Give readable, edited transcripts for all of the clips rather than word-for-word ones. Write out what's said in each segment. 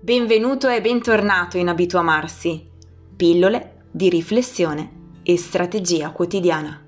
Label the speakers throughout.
Speaker 1: Benvenuto e bentornato in Abito Amarsi, pillole di riflessione e strategia quotidiana.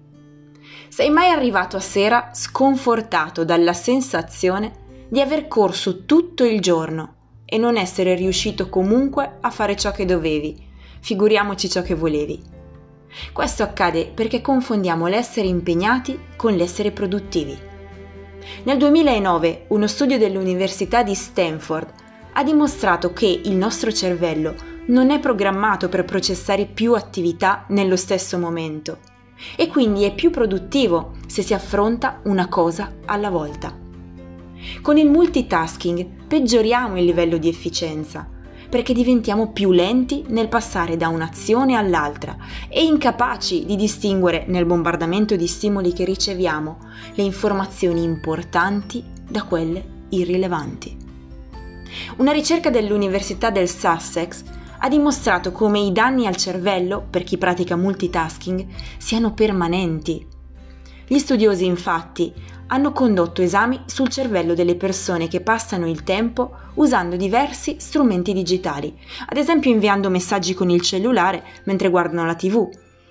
Speaker 1: Sei mai arrivato a sera sconfortato dalla sensazione di aver corso tutto il giorno e non essere riuscito comunque a fare ciò che dovevi, figuriamoci ciò che volevi? Questo accade perché confondiamo l'essere impegnati con l'essere produttivi. Nel 2009 uno studio dell'Università di Stanford ha dimostrato che il nostro cervello non è programmato per processare più attività nello stesso momento e quindi è più produttivo se si affronta una cosa alla volta. Con il multitasking peggioriamo il livello di efficienza perché diventiamo più lenti nel passare da un'azione all'altra e incapaci di distinguere nel bombardamento di stimoli che riceviamo le informazioni importanti da quelle irrilevanti. Una ricerca dell'Università del Sussex ha dimostrato come i danni al cervello per chi pratica multitasking siano permanenti. Gli studiosi, infatti, hanno condotto esami sul cervello delle persone che passano il tempo usando diversi strumenti digitali, ad esempio inviando messaggi con il cellulare mentre guardano la TV.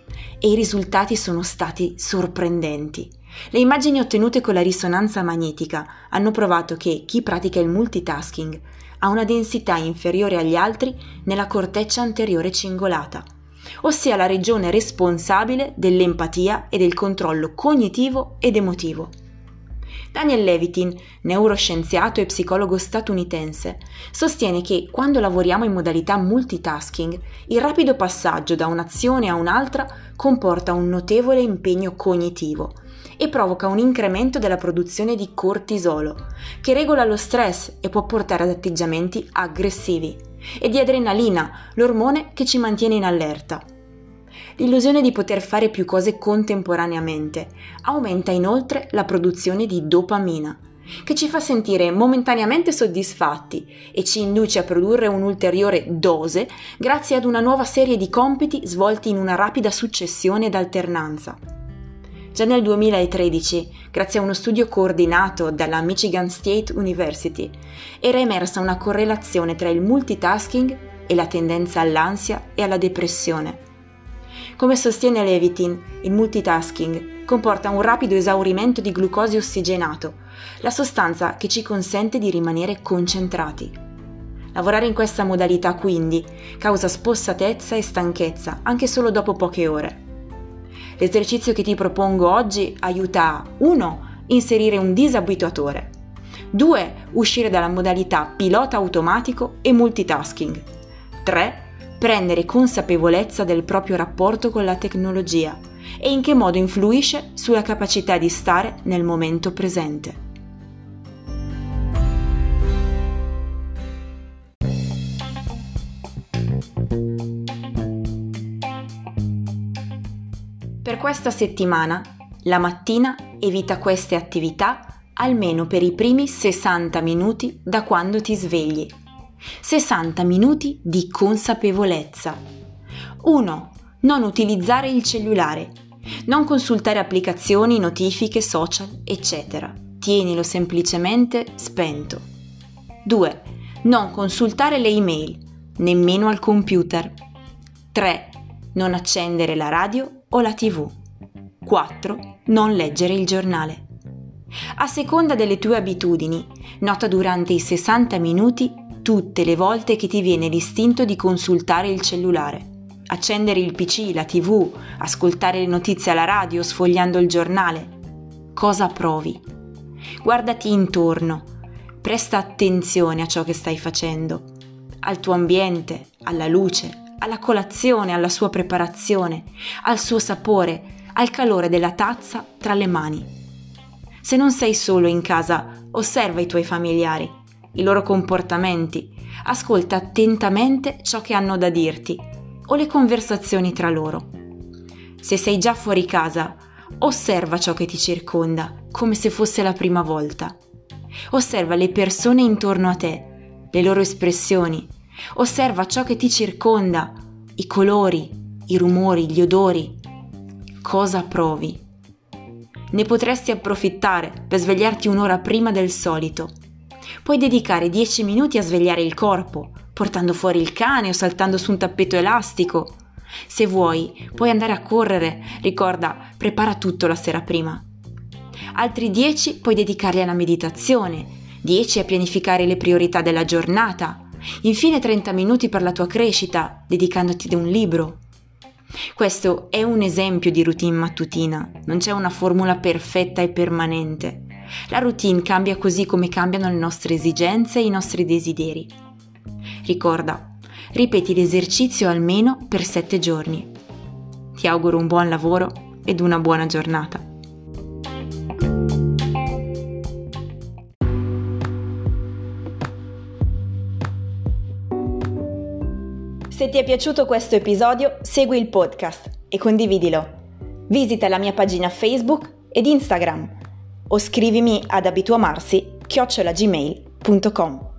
Speaker 1: E i risultati sono stati sorprendenti. Le immagini ottenute con la risonanza magnetica hanno provato che chi pratica il multitasking ha una densità inferiore agli altri nella corteccia anteriore cingolata, ossia la regione responsabile dell'empatia e del controllo cognitivo ed emotivo. Daniel Levitin, neuroscienziato e psicologo statunitense, sostiene che quando lavoriamo in modalità multitasking, il rapido passaggio da un'azione a un'altra comporta un notevole impegno cognitivo e provoca un incremento della produzione di cortisolo, che regola lo stress e può portare ad atteggiamenti aggressivi, e di adrenalina, l'ormone che ci mantiene in allerta. L'illusione di poter fare più cose contemporaneamente aumenta inoltre la produzione di dopamina, che ci fa sentire momentaneamente soddisfatti e ci induce a produrre un'ulteriore dose grazie ad una nuova serie di compiti svolti in una rapida successione ed alternanza. Già nel 2013, grazie a uno studio coordinato dalla Michigan State University, era emersa una correlazione tra il multitasking e la tendenza all'ansia e alla depressione. Come sostiene Levitin, il multitasking comporta un rapido esaurimento di glucosio ossigenato, la sostanza che ci consente di rimanere concentrati. Lavorare in questa modalità quindi causa spossatezza e stanchezza anche solo dopo poche ore. L'esercizio che ti propongo oggi aiuta a 1. Inserire un disabituatore, 2. Uscire dalla modalità pilota automatico e multitasking, 3. Prendere consapevolezza del proprio rapporto con la tecnologia e in che modo influisce sulla capacità di stare nel momento presente. Per questa settimana, la mattina evita queste attività almeno per i primi 60 minuti da quando ti svegli. 60 minuti di consapevolezza. 1. Non utilizzare il cellulare. Non consultare applicazioni, notifiche, social, eccetera. Tienilo semplicemente spento. 2. Non consultare le email, nemmeno al computer. 3. Non accendere la radio o la TV. 4. Non leggere il giornale. A seconda delle tue abitudini, nota durante i 60 minuti tutte le volte che ti viene l'istinto di consultare il cellulare, accendere il PC, la TV, ascoltare le notizie alla radio, sfogliando il giornale. Cosa provi? Guardati intorno, presta attenzione a ciò che stai facendo, al tuo ambiente, alla luce, alla colazione, alla sua preparazione, al suo sapore, al calore della tazza tra le mani. Se non sei solo in casa, osserva i tuoi familiari, i loro comportamenti, ascolta attentamente ciò che hanno da dirti o le conversazioni tra loro. Se sei già fuori casa, osserva ciò che ti circonda come se fosse la prima volta. Osserva le persone intorno a te, le loro espressioni, osserva ciò che ti circonda, i colori, i rumori, gli odori. Cosa provi? Ne potresti approfittare per svegliarti un'ora prima del solito. Puoi dedicare 10 minuti a svegliare il corpo, portando fuori il cane o saltando su un tappeto elastico. Se vuoi, puoi andare a correre. Ricorda, prepara tutto la sera prima. Altri 10 puoi dedicarli alla meditazione, 10 a pianificare le priorità della giornata. Infine 30 minuti per la tua crescita, dedicandoti ad un libro. Questo è un esempio di routine mattutina, non c'è una formula perfetta e permanente. La routine cambia così come cambiano le nostre esigenze e i nostri desideri. Ricorda, ripeti l'esercizio almeno per 7 giorni. Ti auguro un buon lavoro ed una buona giornata. Se ti è piaciuto questo episodio, segui il podcast e condividilo. Visita la mia pagina Facebook ed Instagram o scrivimi ad abituamarsi@gmail.com.